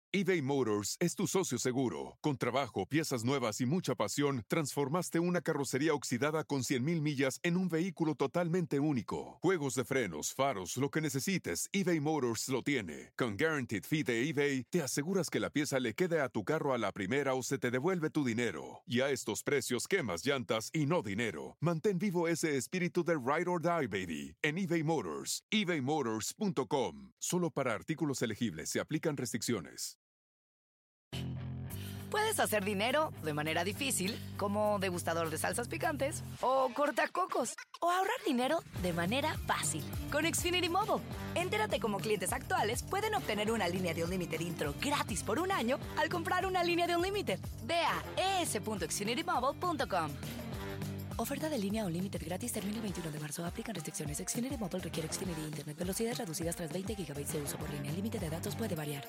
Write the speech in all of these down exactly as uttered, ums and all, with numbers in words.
eBay Motors es tu socio seguro. Con trabajo, piezas nuevas y mucha pasión, transformaste una carrocería oxidada con cien mil millas en un vehículo totalmente único. Juegos de frenos, faros, lo que necesites, eBay Motors lo tiene. Con Guaranteed Fee de eBay, te aseguras que la pieza le quede a tu carro a la primera o se te devuelve tu dinero. Y a estos precios, quemas llantas y no dinero. Mantén vivo ese espíritu de Ride or Die, baby, en eBay Motors. ebay motors punto com. Solo para artículos elegibles se aplican restricciones. Puedes hacer dinero de manera difícil, como degustador de salsas picantes, o cortacocos, o ahorrar dinero de manera fácil con Xfinity Mobile. Entérate cómo clientes actuales pueden obtener una línea de Unlimited intro gratis por un año al comprar una línea de Unlimited. Ve a e s punto xfinity mobile punto com. Oferta de línea Unlimited gratis termina el veintiuno de marzo. Aplican restricciones. Xfinity Mobile requiere Xfinity Internet. Velocidades reducidas tras veinte gigabytes de uso por línea. El límite de datos puede variar.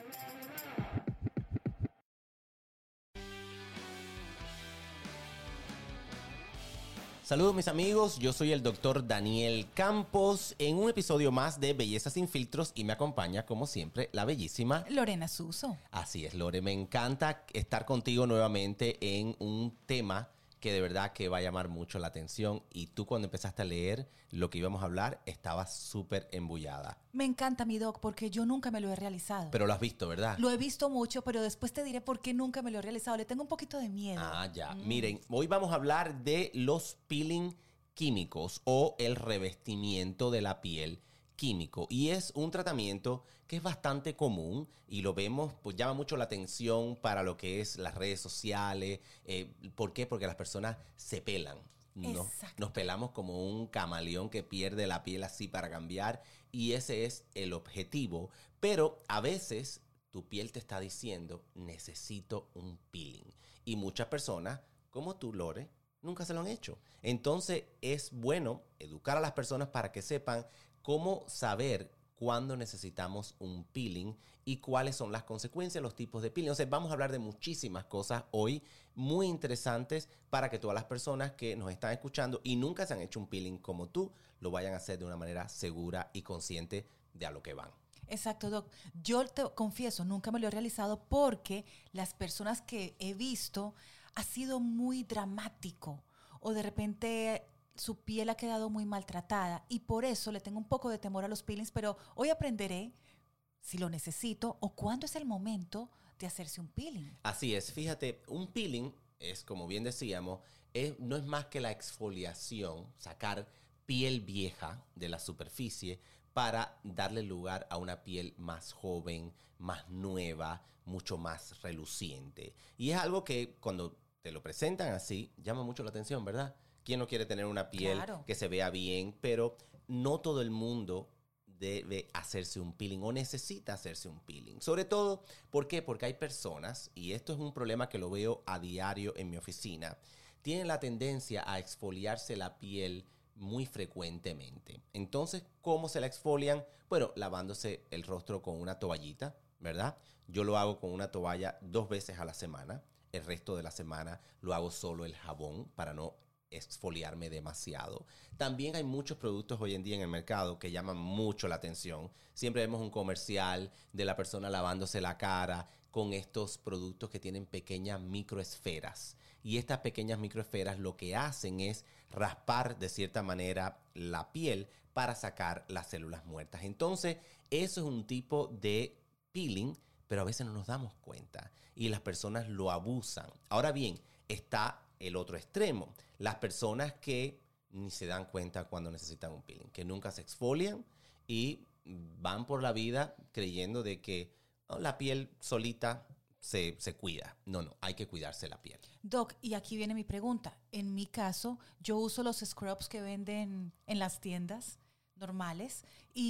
Saludos mis amigos, yo soy el doctor Daniel Campos en un episodio más de Belleza Sin Filtros y me acompaña como siempre la bellísima Lorena Suso. Así es, Lore, me encanta estar contigo nuevamente en un tema que de verdad que va a llamar mucho la atención y tú cuando empezaste a leer lo que íbamos a hablar estabas súper embullada. Me encanta mi doc porque yo nunca me lo he realizado. Pero lo has visto, ¿verdad? Lo he visto mucho, pero después te diré por qué nunca me lo he realizado. Le tengo un poquito de miedo. Ah, ya. Mm. Miren, hoy vamos a hablar de los peeling químicos o el revestimiento de la piel químico. Y es un tratamiento que es bastante común y lo vemos, pues llama mucho la atención para lo que es las redes sociales. Eh, ¿Por qué? Porque las personas se pelan. ¿No? Nos pelamos como un camaleón que pierde la piel así para cambiar y ese es el objetivo. Pero a veces tu piel te está diciendo, necesito un peeling. Y muchas personas, como tú, Lore, nunca se lo han hecho. Entonces es bueno educar a las personas para que sepan cómo saber cuándo necesitamos un peeling y cuáles son las consecuencias, los tipos de peeling. Entonces vamos a hablar de muchísimas cosas hoy muy interesantes para que todas las personas que nos están escuchando y nunca se han hecho un peeling como tú, lo vayan a hacer de una manera segura y consciente de a lo que van. Exacto, Doc. Yo te confieso, nunca me lo he realizado porque las personas que he visto ha sido muy dramático o de repente su piel ha quedado muy maltratada y por eso le tengo un poco de temor a los peelings, pero hoy aprenderé si lo necesito o cuándo es el momento de hacerse un peeling. Así es, fíjate, un peeling es, como bien decíamos, es, no es más que la exfoliación, sacar piel vieja de la superficie para darle lugar a una piel más joven, más nueva, mucho más reluciente. Y es algo que cuando te lo presentan así, llama mucho la atención, ¿verdad? ¿Quién no quiere tener una piel claro. que se vea bien? Pero no todo el mundo debe hacerse un peeling o necesita hacerse un peeling. Sobre todo, ¿por qué? Porque hay personas, y esto es un problema que lo veo a diario en mi oficina, tienen la tendencia a exfoliarse la piel muy frecuentemente. Entonces, ¿cómo se la exfolian? Bueno, lavándose el rostro con una toallita, ¿verdad? Yo lo hago con una toalla dos veces a la semana. El resto de la semana lo hago solo el jabón para no exfoliarme demasiado. También hay muchos productos hoy en día en el mercado que llaman mucho la atención. Siempre vemos un comercial de la persona lavándose la cara con estos productos que tienen pequeñas microesferas. Y estas pequeñas microesferas lo que hacen es raspar de cierta manera la piel para sacar las células muertas. Entonces, eso es un tipo de peeling, pero a veces no nos damos cuenta y las personas lo abusan. Ahora bien, está el otro extremo. Las personas que ni se dan cuenta cuando necesitan un peeling, que nunca se exfolian y van por la vida creyendo de que oh, la piel solita se, se cuida. No, no, hay que cuidarse la piel. Doc, y aquí viene mi pregunta. En mi caso, yo uso los scrubs que venden en las tiendas normales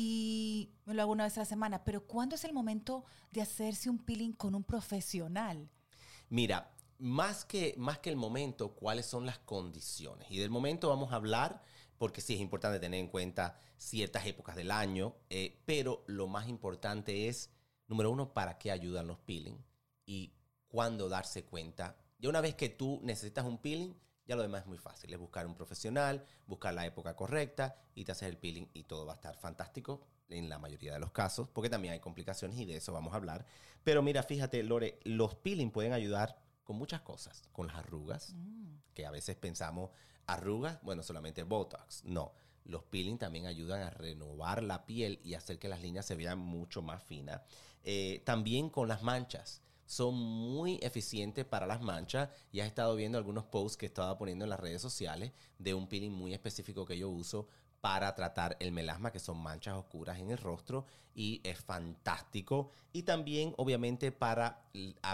y me lo hago una vez a la semana. Pero ¿cuándo es el momento de hacerse un peeling con un profesional? Mira, Más que, más que el momento, ¿cuáles son las condiciones? Y del momento vamos a hablar, porque sí es importante tener en cuenta ciertas épocas del año, eh, pero lo más importante es, número uno, ¿para qué ayudan los peeling? Y cuándo darse cuenta. Ya una vez que tú necesitas un peeling, ya lo demás es muy fácil. Es buscar un profesional, buscar la época correcta y te haces el peeling y todo va a estar fantástico. en la mayoría de los casos, porque también hay complicaciones y de eso vamos a hablar. Pero mira, fíjate, Lore, los peeling pueden ayudar con muchas cosas. Con las arrugas, mm. que a veces pensamos, arrugas, bueno, solamente Botox. No, los peeling también ayudan a renovar la piel y hacer que las líneas se vean mucho más finas. Eh, también con las manchas. Son muy eficientes para las manchas. Ya he estado viendo algunos posts que estaba poniendo en las redes sociales de un peeling muy específico que yo uso para tratar el melasma, que son manchas oscuras en el rostro, y es fantástico. Y también, obviamente, para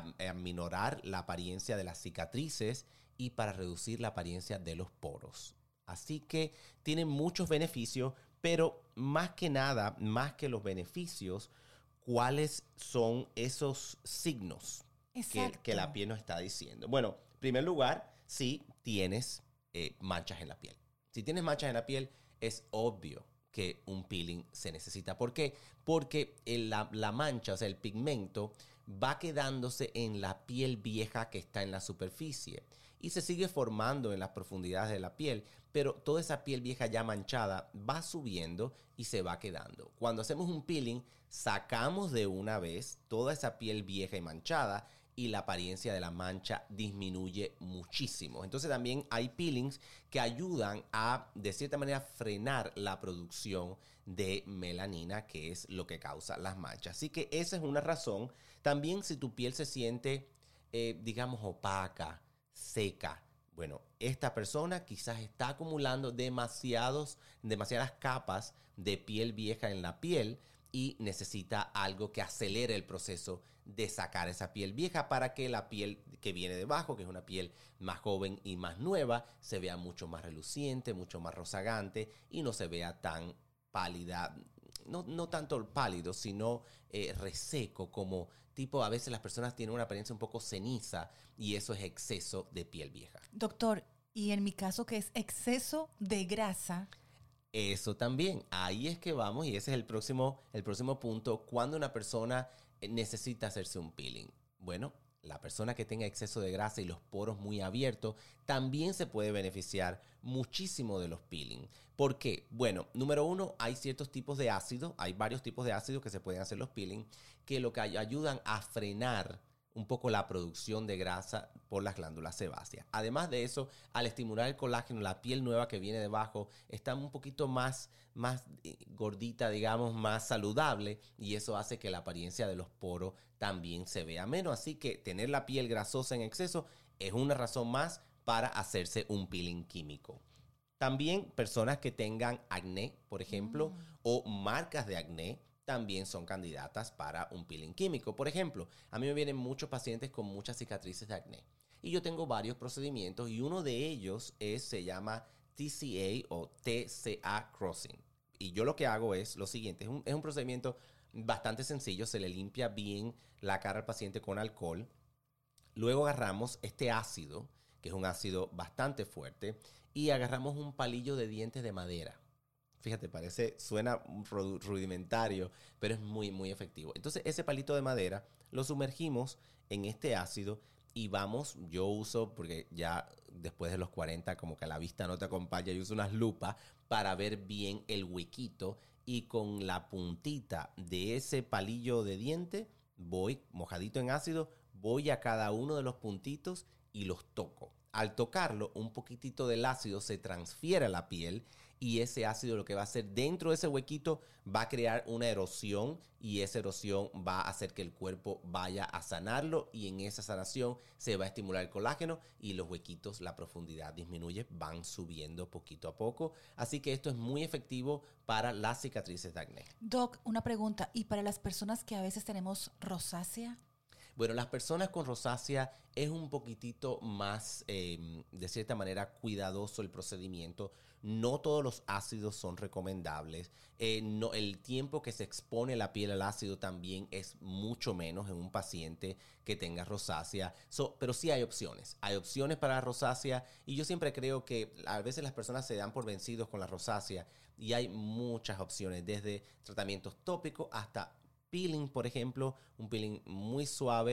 aminorar la apariencia de las cicatrices y para reducir la apariencia de los poros. Así que tiene muchos beneficios, pero más que nada, más que los beneficios, ¿cuáles son esos signos que, que la piel nos está diciendo? Bueno, en primer lugar, si tienes eh, manchas en la piel. Si tienes manchas en la piel, es obvio que un peeling se necesita. ¿Por qué? Porque el, la, la mancha, o sea, el pigmento, va quedándose en la piel vieja que está en la superficie y se sigue formando en las profundidades de la piel, pero toda esa piel vieja ya manchada va subiendo y se va quedando. Cuando hacemos un peeling, sacamos de una vez toda esa piel vieja y manchada y la apariencia de la mancha disminuye muchísimo. Entonces también hay peelings que ayudan a, de cierta manera, frenar la producción de melanina, que es lo que causa las manchas. Así que esa es una razón. También si tu piel se siente, eh, digamos, opaca, seca, bueno, esta persona quizás está acumulando demasiados, demasiadas capas de piel vieja en la piel y necesita algo que acelere el proceso de sacar esa piel vieja para que la piel que viene debajo, que es una piel más joven y más nueva, se vea mucho más reluciente, mucho más rozagante y no se vea tan pálida, no, no tanto pálido, sino eh, reseco, como tipo a veces las personas tienen una apariencia un poco ceniza y eso es exceso de piel vieja. Doctor, y en mi caso que es exceso de grasa. Eso también, ahí es que vamos y ese es el próximo, el próximo punto. Cuando una persona necesita hacerse un peeling, bueno, la persona que tenga exceso de grasa y los poros muy abiertos también se puede beneficiar muchísimo de los peeling. ¿Por qué? Bueno, número uno, hay ciertos tipos de ácidos, hay varios tipos de ácidos que se pueden hacer los peeling, que lo que ayudan a frenar un poco la producción de grasa por las glándulas sebáceas. Además de eso, al estimular el colágeno, la piel nueva que viene debajo está un poquito más, más gordita, digamos, más saludable, y eso hace que la apariencia de los poros también se vea menos. Así que tener la piel grasosa en exceso es una razón más para hacerse un peeling químico. También personas que tengan acné, por ejemplo, mm. o marcas de acné, también son candidatas para un peeling químico. Por ejemplo, a mí me vienen muchos pacientes con muchas cicatrices de acné. Y yo tengo varios procedimientos y uno de ellos es, se llama T C A o T C A Crossing. Y yo lo que hago es lo siguiente, es un, es un procedimiento bastante sencillo, se le limpia bien la cara al paciente con alcohol. Luego agarramos este ácido, que es un ácido bastante fuerte, y agarramos un palillo de dientes de madera. Fíjate, parece, suena rudimentario, pero es muy, muy efectivo. Entonces, ese palito de madera lo sumergimos en este ácido y vamos, yo uso, porque ya después de los cuarenta, como que la vista no te acompaña, yo uso unas lupas para ver bien el huequito y con la puntita de ese palillo de diente, voy, mojadito en ácido, voy a cada uno de los puntitos y los toco. Al tocarlo, un poquitito del ácido se transfiere a la piel y ese ácido lo que va a hacer dentro de ese huequito va a crear una erosión y esa erosión va a hacer que el cuerpo vaya a sanarlo y en esa sanación se va a estimular el colágeno y los huequitos, la profundidad disminuye, van subiendo poquito a poco. Así que esto es muy efectivo para las cicatrices de acné. Doc, una pregunta, ¿y para las personas que a veces tenemos rosácea? Bueno, las personas con rosácea es un poquitito más, eh, de cierta manera, cuidadoso el procedimiento. No todos los ácidos son recomendables. Eh, no, el tiempo que se expone la piel al ácido también es mucho menos en un paciente que tenga rosácea. So, pero sí hay opciones. Hay opciones para la rosácea y yo siempre creo que a veces las personas se dan por vencidos con la rosácea y hay muchas opciones, desde tratamientos tópicos hasta peeling, por ejemplo, un peeling muy suave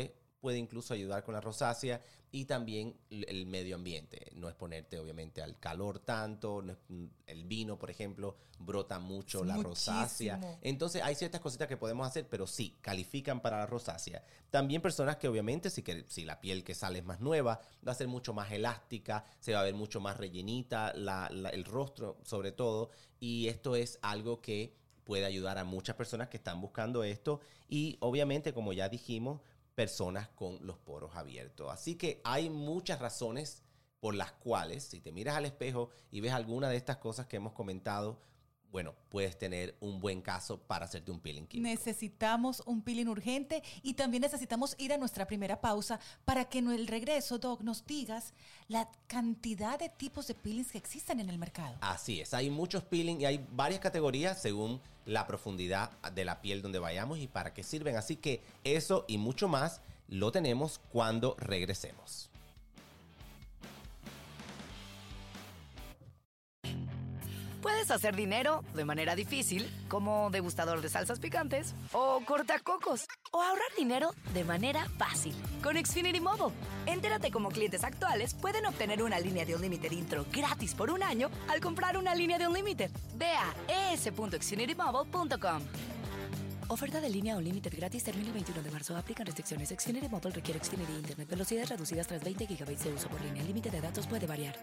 puede incluso ayudar con la rosácea y también el medio ambiente. No exponerte obviamente al calor tanto, no es, el vino, por ejemplo, brota mucho Es la muchísimo. rosácea. Entonces hay ciertas cositas que podemos hacer, pero sí, califican para la rosácea. También personas que obviamente, si, que, si la piel que sale es más nueva, va a ser mucho más elástica, se va a ver mucho más rellenita, la, la, el rostro sobre todo, y esto es algo que puede ayudar a muchas personas que están buscando esto y obviamente, como ya dijimos, personas con los poros abiertos. Así que hay muchas razones por las cuales, si te miras al espejo y ves alguna de estas cosas que hemos comentado, bueno, puedes tener un buen caso para hacerte un peeling químico. Necesitamos un peeling urgente y también necesitamos ir a nuestra primera pausa para que en el regreso, Doc, nos digas la cantidad de tipos de peelings que existen en el mercado. Así es, hay muchos peelings y hay varias categorías según la profundidad de la piel donde vayamos y para qué sirven. Así que eso y mucho más lo tenemos cuando regresemos. Puedes hacer dinero de manera difícil, como degustador de salsas picantes, o cortacocos, o ahorrar dinero de manera fácil con Xfinity Mobile. Entérate cómo clientes actuales pueden obtener una línea de Unlimited intro gratis por un año al comprar una línea de Unlimited. Ve a e s punto xfinity mobile punto com. Oferta de línea Unlimited gratis termina el veintiuno de marzo. Aplican restricciones. Xfinity Mobile requiere Xfinity Internet. Velocidades reducidas tras veinte gigabytes de uso por línea. El límite de datos puede variar.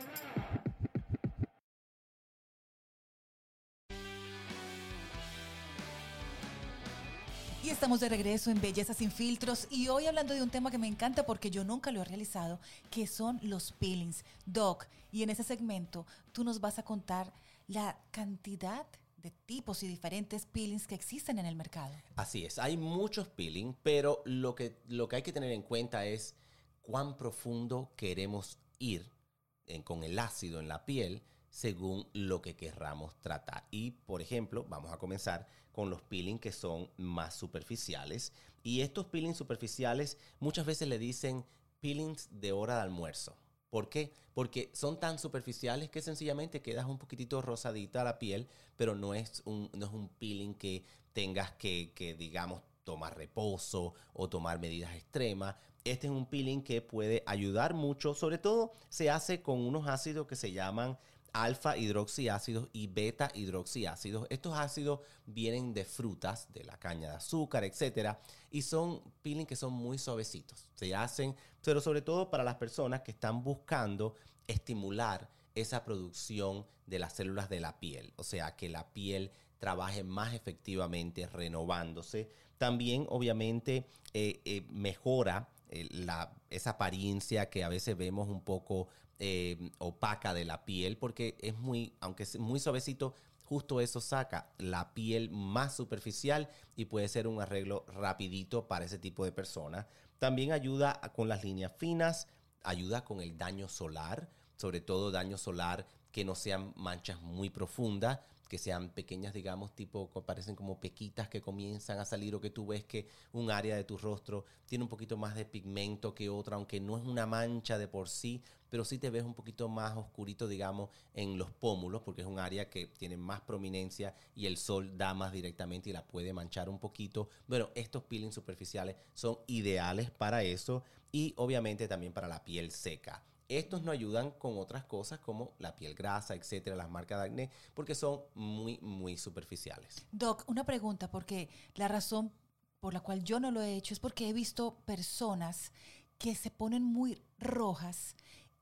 Y estamos de regreso en Belleza Sin Filtros y hoy hablando de un tema que me encanta porque yo nunca lo he realizado, que son los peelings. Doc, y en ese segmento tú nos vas a contar la cantidad de tipos y diferentes peelings que existen en el mercado. Así es, hay muchos peelings, pero lo que, lo que hay que tener en cuenta es cuán profundo queremos ir en, con el ácido en la piel según lo que querramos tratar. Y, por ejemplo, vamos a comenzar con los peelings que son más superficiales. Y estos peelings superficiales muchas veces le dicen peelings de hora de almuerzo. ¿Por qué? Porque son tan superficiales que sencillamente quedas un poquitito rosadita la piel, pero no es un, no es un peeling que tengas que, que, digamos, tomar reposo o tomar medidas extremas. Este es un peeling que puede ayudar mucho. Sobre todo se hace con unos ácidos que se llaman alfa hidroxiácidos y beta hidroxiácidos. Estos ácidos vienen de frutas, de la caña de azúcar, etcétera, y son peelings que son muy suavecitos. Se hacen, pero sobre todo para las personas que están buscando estimular esa producción de las células de la piel, o sea, que la piel trabaje más efectivamente renovándose. También, obviamente, eh, eh, mejora eh, la, esa apariencia que a veces vemos un poco Eh, opaca de la piel, porque es muy, aunque es muy suavecito, justo eso saca la piel más superficial y puede ser un arreglo rapidito para ese tipo de personas. También ayuda con las líneas finas, ayuda con el daño solar, sobre todo daño solar que no sean manchas muy profundas, que sean pequeñas, digamos, tipo, parecen como pequitas que comienzan a salir, o que tú ves que un área de tu rostro tiene un poquito más de pigmento que otra, aunque no es una mancha de por sí, pero sí te ves un poquito más oscurito, digamos, en los pómulos, porque es un área que tiene más prominencia y el sol da más directamente y la puede manchar un poquito. Bueno, estos peelings superficiales son ideales para eso y obviamente también para la piel seca. Estos no ayudan con otras cosas como la piel grasa, etcétera, las marcas de acné, porque son muy, muy superficiales. Doc, una pregunta, porque la razón por la cual yo no lo he hecho es porque he visto personas que se ponen muy rojas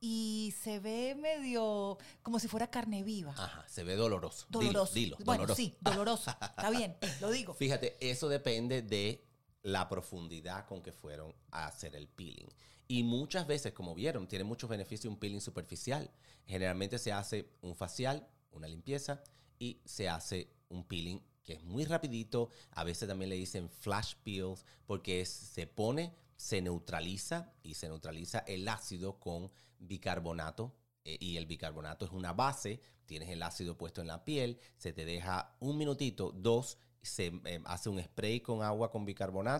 y se ve medio como si fuera carne viva. Ajá, se ve doloroso. Doloroso. Dilo, dilo, bueno, doloroso. sí, doloroso. Está bien, lo digo. Fíjate, eso depende de la profundidad con que fueron a hacer el peeling. Y muchas veces, como vieron, tiene muchos beneficios un peeling superficial. Generalmente se hace un facial, una limpieza, y se hace un peeling que es muy rapidito. A veces también le dicen flash peels, porque es, se pone, se neutraliza, y se neutraliza el ácido con bicarbonato. Eh, y el bicarbonato es una base. Tienes el ácido puesto en la piel, se te deja un minutito, dos, se eh, hace un spray con agua con bicarbonato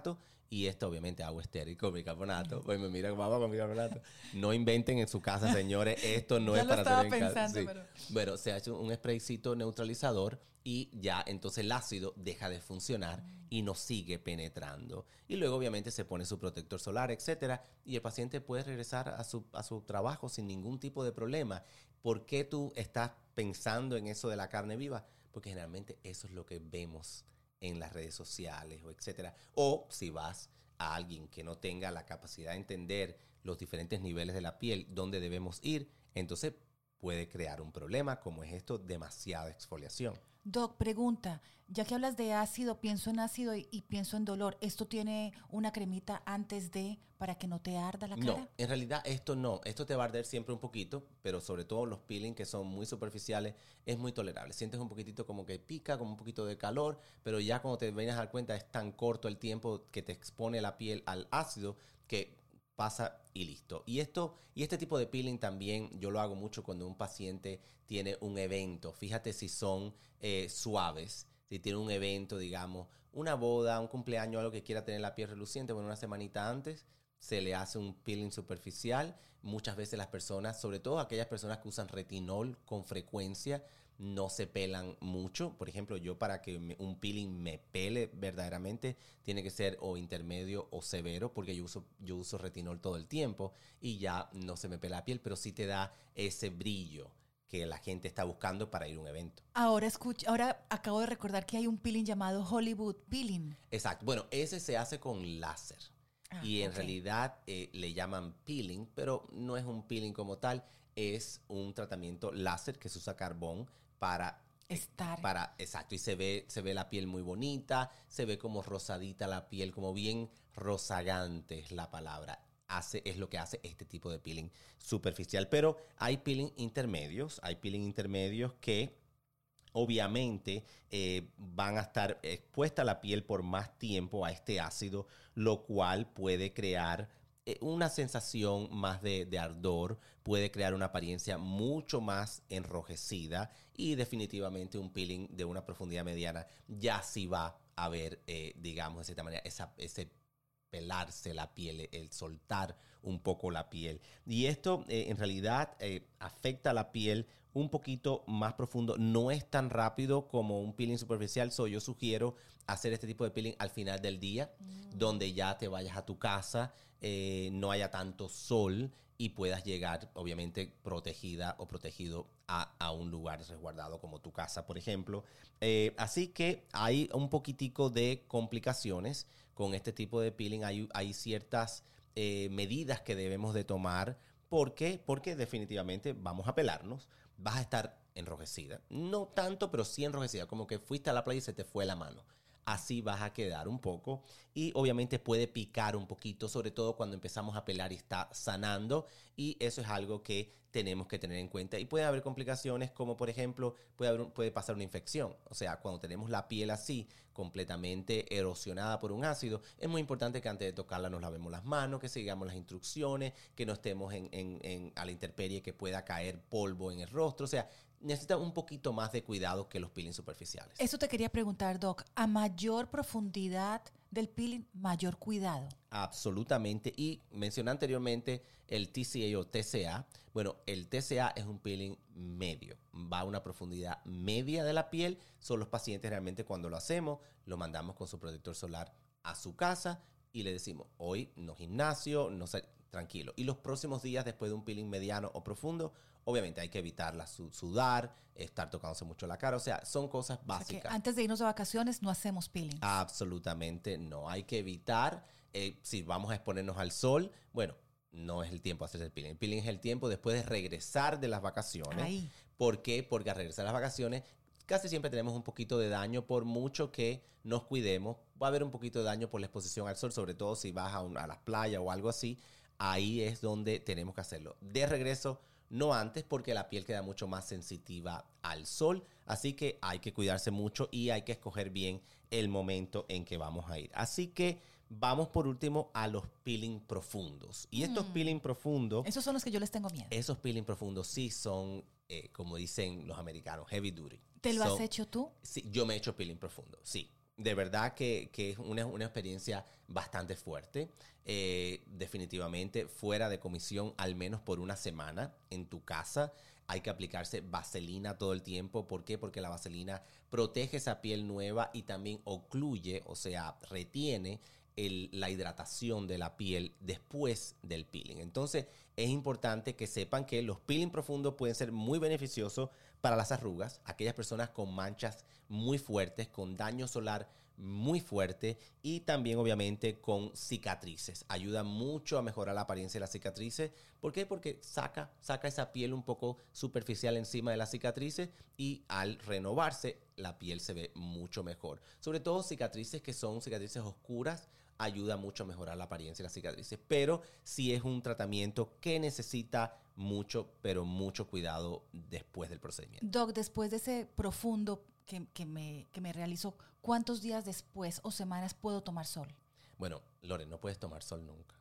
Y esto obviamente agua estéril con bicarbonato. Pues me mira, vamos con bicarbonato. No inventen en su casa, señores. Esto no ya es lo para estaba tener en casa. pensando, Sí. pero... Bueno, se ha hecho un spraycito neutralizador y ya entonces el ácido deja de funcionar y no sigue penetrando. Y luego obviamente se pone su protector solar, etcétera, y el paciente puede regresar a su, a su trabajo sin ningún tipo de problema. ¿Por qué tú estás pensando en eso de la carne viva? Porque generalmente eso es lo que vemos en las redes sociales, o etcétera. O si vas a alguien que no tenga la capacidad de entender los diferentes niveles de la piel, dónde debemos ir, entonces puede crear un problema como es esto, demasiada exfoliación. Doc, pregunta, ya que hablas de ácido, pienso en ácido y, y pienso en dolor. ¿Esto tiene una cremita antes de, para que no te arda la cara? No, en realidad esto no. Esto te va a arder siempre un poquito, pero sobre todo los peeling que son muy superficiales es muy tolerable. Sientes un poquitito como que pica, como un poquito de calor, pero ya cuando te vienes a dar cuenta es tan corto el tiempo que te expone la piel al ácido que pasa y listo. Y esto y este tipo de peeling también yo lo hago mucho cuando un paciente tiene un evento. Fíjate si son eh, suaves, si tiene un evento, digamos, una boda, un cumpleaños, algo que quiera tener la piel reluciente, bueno, una semanita antes se le hace un peeling superficial. Muchas veces las personas, sobre todo aquellas personas que usan retinol con frecuencia, no se pelan mucho. Por ejemplo, yo para que me, un peeling me pele verdaderamente, tiene que ser o intermedio o severo, porque yo uso, yo uso retinol todo el tiempo y ya no se me pela la piel, pero sí te da ese brillo que la gente está buscando para ir a un evento. Ahora escucha, ahora acabo de recordar que hay un peeling llamado Hollywood Peeling. Exacto. Bueno, ese se hace con láser. Ah, y en ok. realidad eh, le llaman peeling, pero no es un peeling como tal, es un tratamiento láser que se usa carbón para Estar. para exacto, y se ve se ve la piel muy bonita, se ve como rosadita la piel, como bien rozagante es la palabra. Hace, es lo que hace este tipo de peeling superficial, pero hay peeling intermedios, hay peeling intermedios que obviamente eh, van a estar expuesta la piel por más tiempo a este ácido, lo cual puede crear eh, una sensación más de, de ardor, puede crear una apariencia mucho más enrojecida y definitivamente un peeling de una profundidad mediana ya sí va a ver, eh, digamos, de cierta manera, esa, ese pelarse la piel, el soltar un poco la piel. Y esto eh, en realidad eh, afecta a la piel un poquito más profundo. No es tan rápido como un peeling superficial. So, yo sugiero hacer este tipo de peeling al final del día, mm. donde ya te vayas a tu casa, eh, no haya tanto sol y puedas llegar, obviamente, protegida o protegido a, a un lugar resguardado como tu casa, por ejemplo. Eh, así que hay un poquitico de complicaciones con este tipo de peeling. Hay, hay ciertas eh, medidas que debemos de tomar. ¿Por qué? Porque definitivamente vamos a pelarnos. Vas a estar enrojecida. No tanto, pero sí enrojecida. Como que fuiste a la playa y se te fue la mano. Así vas a quedar un poco. Y obviamente puede picar un poquito, sobre todo cuando empezamos a pelar y está sanando. Y eso es algo que tenemos que tener en cuenta. Y puede haber complicaciones como, por ejemplo, puede, haber, puede pasar una infección. O sea, cuando tenemos la piel así, completamente erosionada por un ácido, es muy importante que antes de tocarla nos lavemos las manos, que sigamos las instrucciones, que no estemos en, en, en, a la intemperie, que pueda caer polvo en el rostro. O sea, necesita un poquito más de cuidado que los peelings superficiales. Eso te quería preguntar, Doc. A mayor profundidad del peeling, mayor cuidado. Absolutamente. Y mencioné anteriormente el T C A o T C A. Bueno, el T C A es un peeling medio. Va a una profundidad media de la piel. Son los pacientes realmente cuando lo hacemos, lo mandamos con su protector solar a su casa y le decimos, hoy no gimnasio, no sé, tranquilo. Y los próximos días después de un peeling mediano o profundo, obviamente hay que evitar la sudar, estar tocándose mucho la cara. O sea, son cosas básicas. O sea que antes de irnos de vacaciones no hacemos peeling. Absolutamente no. Hay que evitar, eh, si vamos a exponernos al sol, bueno, no es el tiempo de hacer el peeling. El peeling es el tiempo después de regresar de las vacaciones. Ahí. ¿Por qué? Porque al regresar de las vacaciones casi siempre tenemos un poquito de daño, por mucho que nos cuidemos. Va a haber un poquito de daño por la exposición al sol, sobre todo si vas a, un, a las playas o algo así. Ahí es donde tenemos que hacerlo. De regreso, no antes, porque la piel queda mucho más sensitiva al sol. Así que hay que cuidarse mucho y hay que escoger bien el momento en que vamos a ir. Así que vamos por último a los peeling profundos. Y estos mm. peeling profundos... Esos son los que yo les tengo miedo. Esos peeling profundos sí son, eh, como dicen los americanos, heavy duty. ¿Te lo son, has hecho tú? Sí, yo me he hecho peeling profundo, sí. de verdad que, que es una, una experiencia bastante fuerte. Eh, definitivamente fuera de comisión, al menos por una semana en tu casa. Hay que aplicarse vaselina todo el tiempo. ¿Por qué? Porque la vaselina protege esa piel nueva y también ocluye, o sea, retiene el, la hidratación de la piel después del peeling. Entonces, es importante que sepan que los peeling profundos pueden ser muy beneficiosos para las arrugas, aquellas personas con manchas muy fuertes, con daño solar muy fuerte y también obviamente con cicatrices. Ayuda mucho a mejorar la apariencia de las cicatrices. ¿Por qué? Porque saca, saca esa piel un poco superficial encima de las cicatrices y al renovarse la piel se ve mucho mejor. Sobre todo cicatrices que son cicatrices oscuras, ayuda mucho a mejorar la apariencia de las cicatrices, pero sí es un tratamiento que necesita mucho, pero mucho cuidado después del procedimiento. Doc, después de ese profundo que, que, me, que me realizó, ¿cuántos días después o semanas puedo tomar sol? Bueno, Lore, no puedes tomar sol nunca.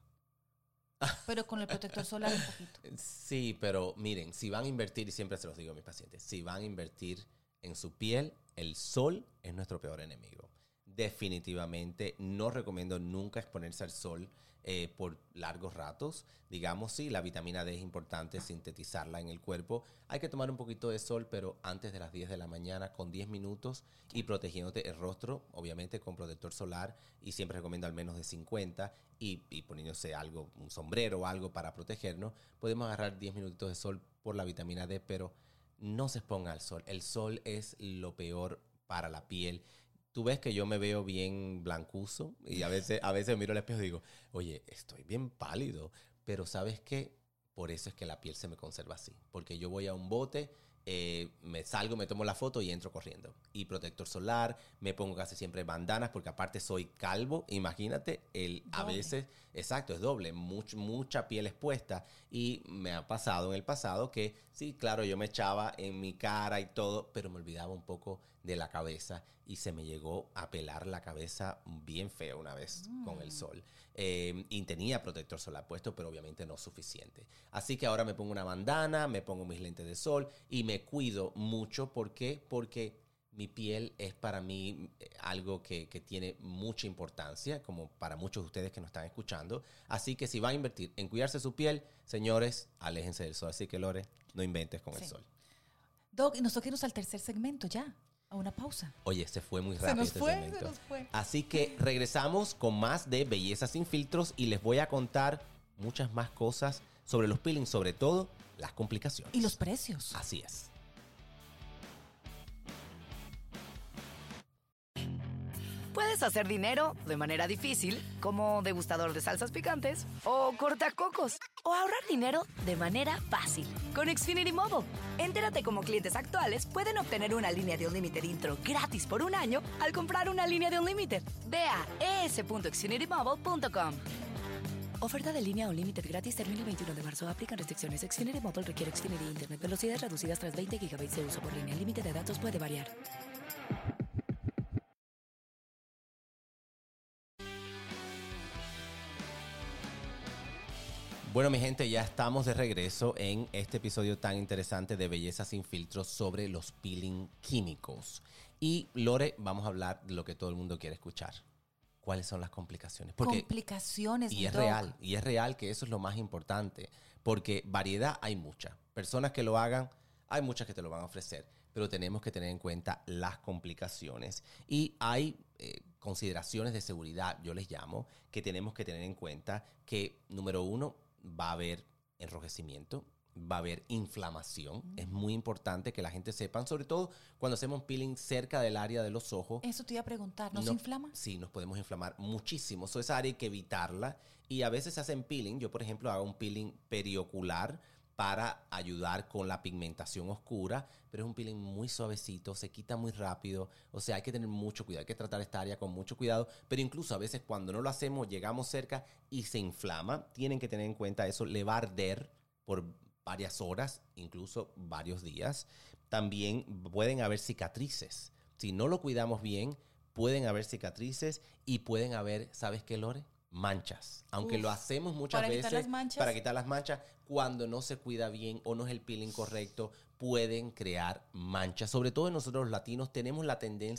Pero con el protector solar un poquito. Sí, pero miren, si van a invertir, y siempre se los digo a mis pacientes, si van a invertir en su piel, el sol es nuestro peor enemigo. Definitivamente no recomiendo nunca exponerse al sol eh, por largos ratos. Digamos, sí, la vitamina D es importante sintetizarla en el cuerpo. Hay que tomar un poquito de sol, pero antes de las diez de la mañana con diez minutos y protegiéndote el rostro, obviamente con protector solar, y siempre recomiendo al menos de cincuenta y, y poniéndose algo, un sombrero o algo para protegernos. Podemos agarrar diez minutitos de sol por la vitamina D, pero no se exponga al sol. El sol es lo peor para la piel. Tú ves que yo me veo bien blancuzo y a veces, a veces miro al espejo y digo, oye, estoy bien pálido. Pero ¿sabes qué? Por eso es que la piel se me conserva así. Porque yo voy a un bote, eh, me salgo, me tomo la foto y entro corriendo. Y protector solar, me pongo casi siempre bandanas porque aparte soy calvo. Imagínate, el, a veces, exacto, es doble, much, mucha piel expuesta. Y me ha pasado en el pasado que sí, claro, yo me echaba en mi cara y todo, pero me olvidaba un poco de la cabeza y se me llegó a pelar la cabeza bien fea una vez mm. con el sol. Eh, y tenía protector solar puesto, pero obviamente no suficiente. Así que ahora me pongo una bandana, me pongo mis lentes de sol y me cuido mucho. ¿Por qué? Porque mi piel es para mí algo que, que tiene mucha importancia, como para muchos de ustedes que nos están escuchando. Así que si van a invertir en cuidarse su piel, señores, aléjense del sol. Así que, Lore, no inventes con sí. el sol. Doc, y nosotros irnos al tercer segmento ya. A una pausa. Oye, se fue muy rápido se nos este fue, segmento. Se nos fue. Así que regresamos con más de Belleza Sin Filtros y les voy a contar muchas más cosas sobre los peelings, sobre todo las complicaciones. Y los precios. Así es. Puedes hacer dinero de manera difícil, como degustador de salsas picantes, o cortacocos, o ahorrar dinero de manera fácil con Xfinity Mobile. Entérate cómo clientes actuales pueden obtener una línea de Unlimited intro gratis por un año al comprar una línea de Unlimited. Ve a e s punto xfinity mobile punto com. Oferta de línea Unlimited gratis termina el veintiuno de marzo. Aplican restricciones. Xfinity Mobile requiere Xfinity Internet. Velocidades reducidas tras veinte gigabytes de uso por línea. El límite de datos puede variar. Bueno, mi gente, ya estamos de regreso en este episodio tan interesante de Belleza Sin Filtros sobre los peeling químicos. Y, Lore, vamos a hablar de lo que todo el mundo quiere escuchar. ¿Cuáles son las complicaciones? Porque, complicaciones, y es doc. real, y es real que eso es lo más importante. Porque variedad hay mucha. Personas que lo hagan, hay muchas que te lo van a ofrecer. Pero tenemos que tener en cuenta las complicaciones. Y hay eh, consideraciones de seguridad, yo les llamo, que tenemos que tener en cuenta que, número uno, va a haber enrojecimiento, va a haber inflamación. Mm. Es muy importante que la gente sepa, sobre todo cuando hacemos peeling cerca del área de los ojos. Eso te iba a preguntar, ¿nos no, inflama? Sí, nos podemos inflamar muchísimo. So, esa área hay que evitarla. Y a veces se hacen peeling. Yo, por ejemplo, hago un peeling periocular para ayudar con la pigmentación oscura, pero es un peeling muy suavecito, se quita muy rápido, o sea, hay que tener mucho cuidado, hay que tratar esta área con mucho cuidado, pero incluso a veces cuando no lo hacemos, llegamos cerca y se inflama, tienen que tener en cuenta eso, le va a arder por varias horas, incluso varios días. También pueden haber cicatrices, si no lo cuidamos bien, pueden haber cicatrices y pueden haber, ¿sabes qué, Lore? Manchas, aunque Uf, lo hacemos muchas para veces quitar las manchas. para quitar las manchas, cuando no se cuida bien o no es el peeling correcto, pueden crear manchas. Sobre todo nosotros los latinos tenemos la tendencia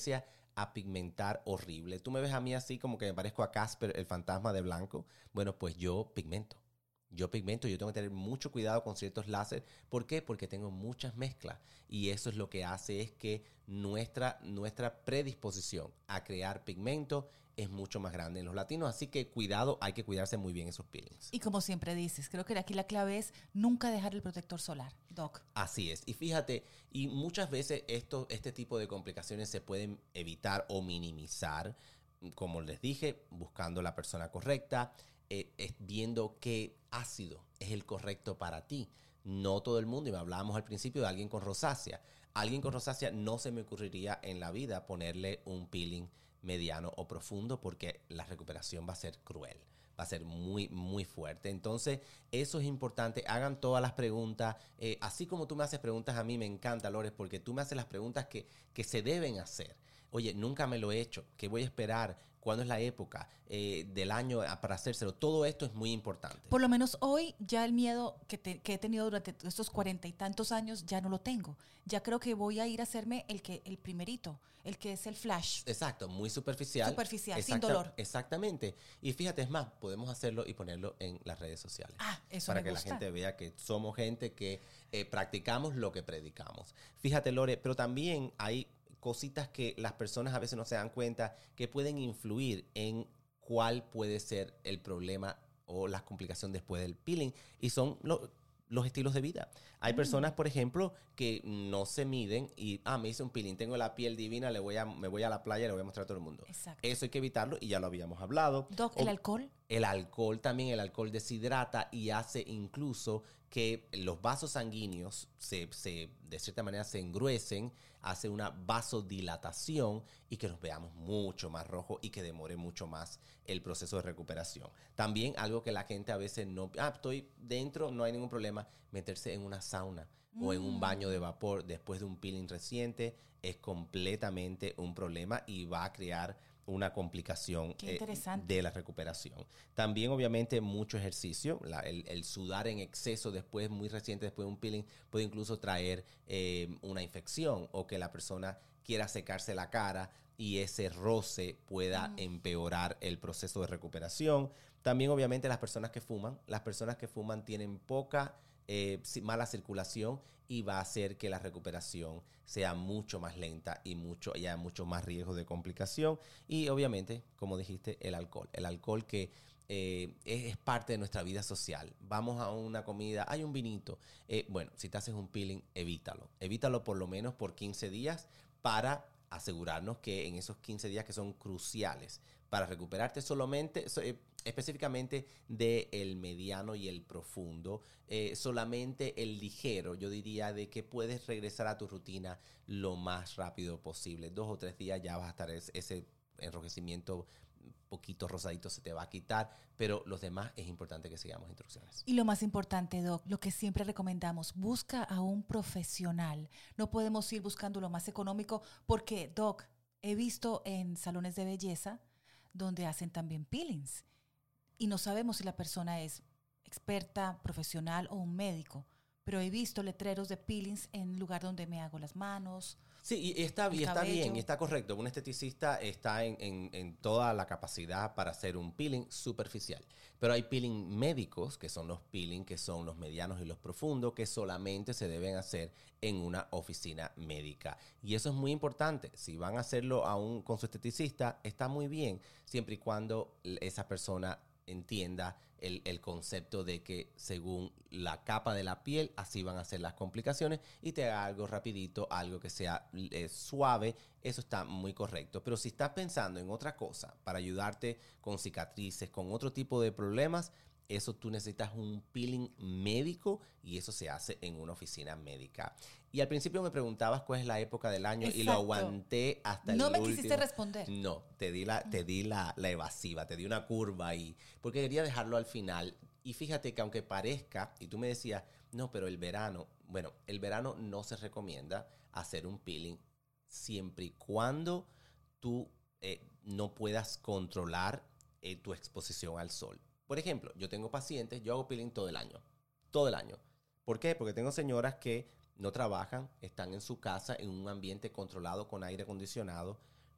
a pigmentar horrible. Tú me ves a mí así como que me parezco a Casper, el fantasma de blanco. Bueno, pues yo pigmento. Yo pigmento, yo tengo que tener mucho cuidado con ciertos láser. ¿Por qué? Porque tengo muchas mezclas. Y eso es lo que hace es que nuestra, nuestra predisposición a crear pigmento es mucho más grande en los latinos. Así que cuidado, hay que cuidarse muy bien esos peelings. Y como siempre dices, creo que aquí la clave es nunca dejar el protector solar, Doc. Así es. Y fíjate, y muchas veces esto, este tipo de complicaciones se pueden evitar o minimizar, como les dije, buscando la persona correcta, eh, es viendo qué ácido es el correcto para ti. No todo el mundo, y hablábamos al principio de alguien con rosácea. Alguien con rosácea no se me ocurriría en la vida ponerle un peeling mediano o profundo porque la recuperación va a ser cruel, va a ser muy, muy fuerte. Entonces, eso es importante. Hagan todas las preguntas. Eh, así como tú me haces preguntas a mí, me encanta, Lores, porque tú me haces las preguntas que, que se deben hacer. Oye, nunca me lo he hecho. ¿Qué voy a esperar? ¿Cuándo es la época eh, del año para hacérselo? Todo esto es muy importante. Por lo menos hoy ya el miedo que, te, que he tenido durante estos cuarenta y tantos años ya no lo tengo. Ya creo que voy a ir a hacerme el que el primerito, el que es el flash. Exacto, muy superficial. Superficial, Exacta, sin dolor. Exactamente. Y fíjate, es más, podemos hacerlo y ponerlo en las redes sociales. Ah, eso para me que gusta. la gente vea que somos gente que eh, practicamos lo que predicamos. Fíjate, Lore, pero también hay cositas que las personas a veces no se dan cuenta que pueden influir en cuál puede ser el problema o la complicación después del peeling, y son lo, los estilos de vida. Hay mm. personas, por ejemplo, que no se miden y, ah, me hice un peeling, tengo la piel divina, le voy a, me voy a la playa y le voy a mostrar a todo el mundo. Exacto. Eso hay que evitarlo y ya lo habíamos hablado. Doc, ¿el o, alcohol? El alcohol también, el alcohol deshidrata y hace incluso que los vasos sanguíneos se, se, de cierta manera se engruesen, hace una vasodilatación y que nos veamos mucho más rojos y que demore mucho más el proceso de recuperación. También algo que la gente a veces no, ah, estoy dentro, no hay ningún problema, meterse en una sauna mm. o en un baño de vapor después de un peeling reciente es completamente un problema y va a crear una complicación eh, de la recuperación. También, obviamente, mucho ejercicio. La, el, el sudar en exceso después, muy reciente, después de un peeling, puede incluso traer eh, una infección o que la persona quiera secarse la cara y ese roce pueda mm. empeorar el proceso de recuperación. También, obviamente, las personas que fuman. Las personas que fuman tienen poca eh, mala circulación y va a hacer que la recuperación sea mucho más lenta y mucho, haya mucho más riesgo de complicación. Y obviamente, como dijiste, el alcohol. El alcohol que eh, es, es parte de nuestra vida social. Vamos a una comida, hay un vinito. Eh, bueno, si te haces un peeling, evítalo. Evítalo por lo menos por quince días para asegurarnos que en esos quince días que son cruciales para recuperarte solamente, eh, específicamente del mediano y el profundo, eh, solamente el ligero, yo diría de que puedes regresar a tu rutina lo más rápido posible. Dos o tres días ya vas a estar, ese, ese enrojecimiento poquito rosadito se te va a quitar, pero los demás es importante que sigamos instrucciones. Y lo más importante, Doc, lo que siempre recomendamos, busca a un profesional. No podemos ir buscando lo más económico porque, Doc, he visto en salones de belleza donde hacen también peelings y no sabemos si la persona es experta, profesional o un médico, pero he visto letreros de peelings en el lugar donde me hago las manos. Sí, y está, y está bien, y está correcto. Un esteticista está en, en, en toda la capacidad para hacer un peeling superficial. Pero hay peeling médicos, que son los peeling, que son los medianos y los profundos, que solamente se deben hacer en una oficina médica. Y eso es muy importante. Si van a hacerlo aún con su esteticista, está muy bien, siempre y cuando esa persona entienda el, el concepto de que según la capa de la piel, así van a ser las complicaciones y te haga algo rapidito, algo que sea eh, suave, eso está muy correcto. Pero si estás pensando en otra cosa para ayudarte con cicatrices, con otro tipo de problemas, eso tú necesitas un peeling médico y eso se hace en una oficina médica. Y al principio me preguntabas cuál es la época del año. Exacto. Y lo aguanté hasta el último. No me quisiste responder. No, te di, la, te di la, la evasiva, te di una curva ahí, porque quería dejarlo al final. Y fíjate que aunque parezca, y tú me decías, no, pero el verano, bueno, el verano no se recomienda hacer un peeling siempre y cuando tú eh, no puedas controlar eh, tu exposición al sol. Por ejemplo, yo tengo pacientes, yo hago peeling todo el año, todo el año. ¿Por qué? Porque tengo señoras que no trabajan, están en su casa en un ambiente controlado con aire acondicionado,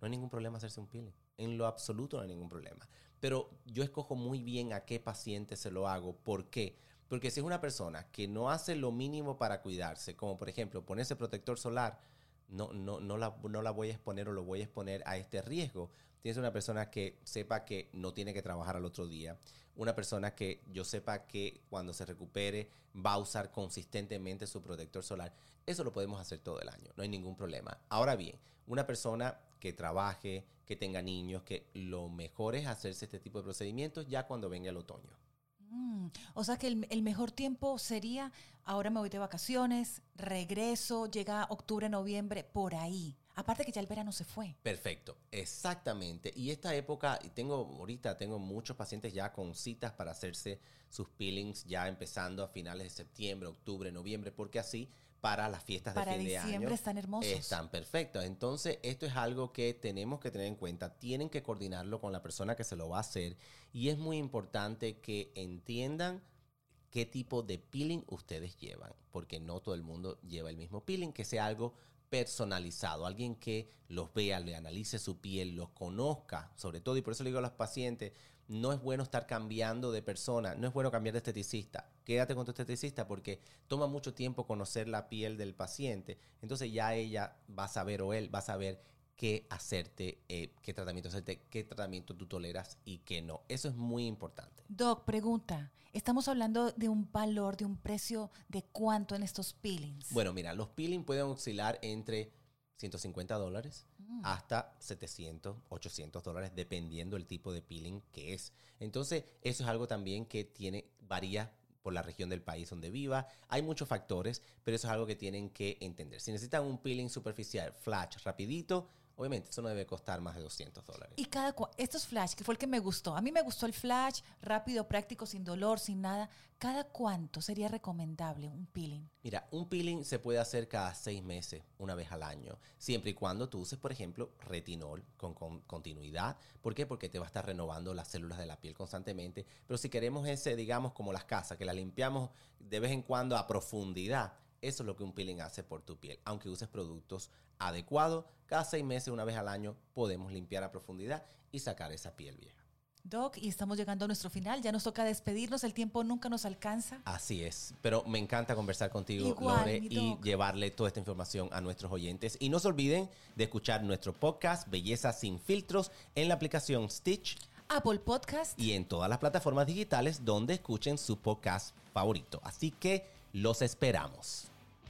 no hay ningún problema hacerse un peeling. En lo absoluto no hay ningún problema. Pero yo escojo muy bien a qué paciente se lo hago. ¿Por qué? Porque si es una persona que no hace lo mínimo para cuidarse, como por ejemplo ponerse protector solar, no, no, no, la, no la voy a exponer o lo voy a exponer a este riesgo. Tienes una persona que sepa que no tiene que trabajar al otro día. Una persona que yo sepa que cuando se recupere va a usar consistentemente su protector solar. Eso lo podemos hacer todo el año, no hay ningún problema. Ahora bien, una persona que trabaje, que tenga niños, que lo mejor es hacerse este tipo de procedimientos ya cuando venga el otoño. Mm, o sea que el, el mejor tiempo sería, ahora me voy de vacaciones, regreso, llega octubre, noviembre, por ahí. Aparte que ya el verano se fue. Perfecto, exactamente. Y esta época, y tengo ahorita tengo muchos pacientes ya con citas para hacerse sus peelings ya empezando a finales de septiembre, octubre, noviembre, porque así para las fiestas para de fin de año. Para diciembre están hermosos. Están perfectos. Entonces, esto es algo que tenemos que tener en cuenta. Tienen que coordinarlo con la persona que se lo va a hacer. Y es muy importante que entiendan qué tipo de peeling ustedes llevan, porque no todo el mundo lleva el mismo peeling, que sea algo personalizado, alguien que los vea, le analice su piel, los conozca, sobre todo, y por eso le digo a los pacientes, no es bueno estar cambiando de persona, no es bueno cambiar de esteticista, quédate con tu esteticista porque toma mucho tiempo conocer la piel del paciente, entonces ya ella va a saber o él va a saber qué hacerte, eh, qué tratamiento hacerte, qué tratamiento tú toleras y qué no. Eso es muy importante. Doc, pregunta, ¿estamos hablando de un valor, de un precio de cuánto en estos peelings? Bueno, mira, los peelings pueden oscilar entre ciento cincuenta dólares mm. hasta setecientos, ochocientos dólares, dependiendo del tipo de peeling que es. Entonces, eso es algo también que tiene, varía por la región del país donde viva. Hay muchos factores, pero eso es algo que tienen que entender. Si necesitan un peeling superficial, flash, rapidito, obviamente eso no debe costar más de doscientos dólares. Y cada cu- estos flash, que fue el que me gustó. A mí me gustó el flash, rápido, práctico, sin dolor, sin nada. ¿Cada cuánto sería recomendable un peeling? Mira, un peeling se puede hacer cada seis meses, una vez al año, siempre y cuando tú uses, por ejemplo, retinol con, con continuidad. ¿Por qué? Porque te va a estar renovando las células de la piel constantemente. Pero si queremos ese, digamos, como las casas, que la limpiamos de vez en cuando a profundidad, eso es lo que un peeling hace por tu piel. Aunque uses productos adecuados, cada seis meses, una vez al año, podemos limpiar a profundidad y sacar esa piel vieja. Doc, y estamos llegando a nuestro final. Ya nos toca despedirnos. El tiempo nunca nos alcanza. Así es. Pero me encanta conversar contigo, Igual, Lore, mi y doc. llevarle toda esta información a nuestros oyentes. Y no se olviden de escuchar nuestro podcast Belleza Sin Filtros en la aplicación Stitch Apple Podcast. y en todas las plataformas digitales donde escuchen su podcast favorito. Así que los esperamos.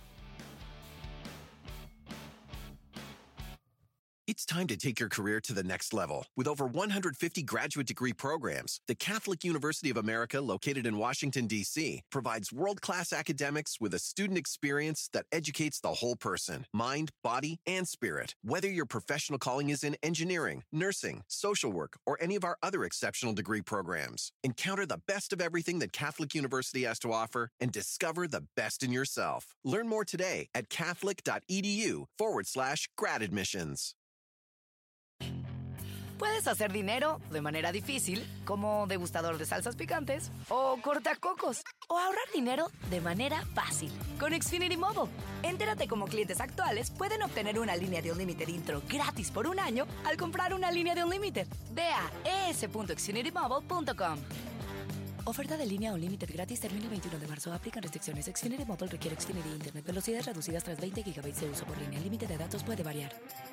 It's time to take your career to the next level. With over one hundred fifty graduate degree programs, the Catholic University of America, located in Washington, D C, provides world-class academics with a student experience that educates the whole person, mind, body, and spirit. Whether your professional calling is in engineering, nursing, social work, or any of our other exceptional degree programs, encounter the best of everything that Catholic University has to offer and discover the best in yourself. Learn more today at catholic.edu forward slash grad admissions. Puedes hacer dinero de manera difícil, como degustador de salsas picantes, o cortacocos, o ahorrar dinero de manera fácil con Xfinity Mobile. Entérate cómo clientes actuales pueden obtener una línea de Unlimited intro gratis por un año al comprar una línea de Unlimited. Ve a e s punto xfinity mobile punto com. Oferta de línea Unlimited gratis termina el veintiuno de marzo. Aplican restricciones. Xfinity Mobile requiere Xfinity Internet. Velocidades reducidas tras veinte gigabytes de uso por línea. El límite de datos puede variar.